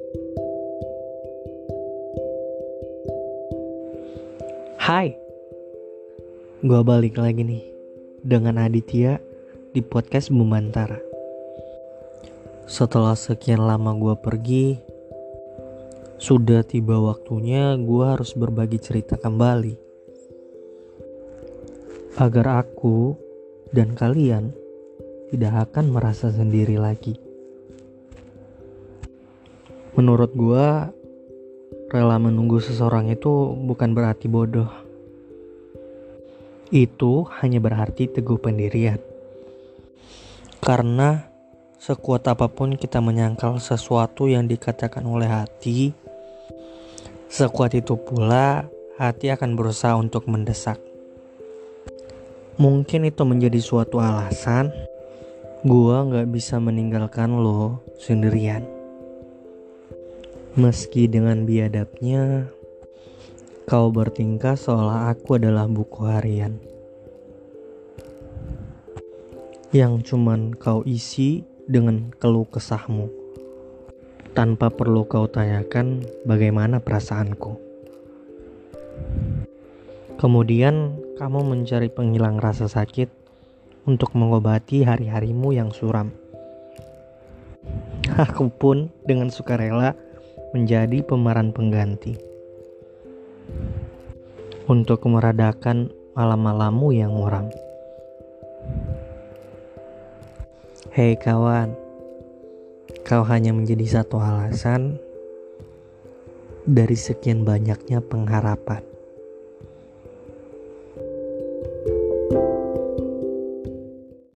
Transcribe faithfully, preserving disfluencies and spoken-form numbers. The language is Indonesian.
Hai, gua balik lagi nih dengan Aditya di podcast Bumantara. Setelah sekian lama gua pergi, sudah tiba waktunya gua harus berbagi cerita kembali, agar aku dan kalian tidak akan merasa sendiri lagi. Menurut gua, rela menunggu seseorang itu bukan berarti bodoh. Itu hanya berarti teguh pendirian. Karena sekuat apapun kita menyangkal sesuatu yang dikatakan oleh hati, sekuat itu pula hati akan berusaha untuk mendesak. Mungkin itu menjadi suatu alasan gua gak bisa meninggalkan lo sendirian. Meski dengan biadabnya, kau bertingkah seolah aku adalah buku harian yang cuman kau isi dengan keluh kesahmu, tanpa perlu kau tanyakan bagaimana perasaanku. Kemudian kamu mencari penghilang rasa sakit untuk mengobati hari-harimu yang suram. Aku pun dengan sukarela menjadi pemeran pengganti untuk meredakan malam-malammu yang muram. Hei kawan, kau hanya menjadi satu alasan dari sekian banyaknya pengharapan.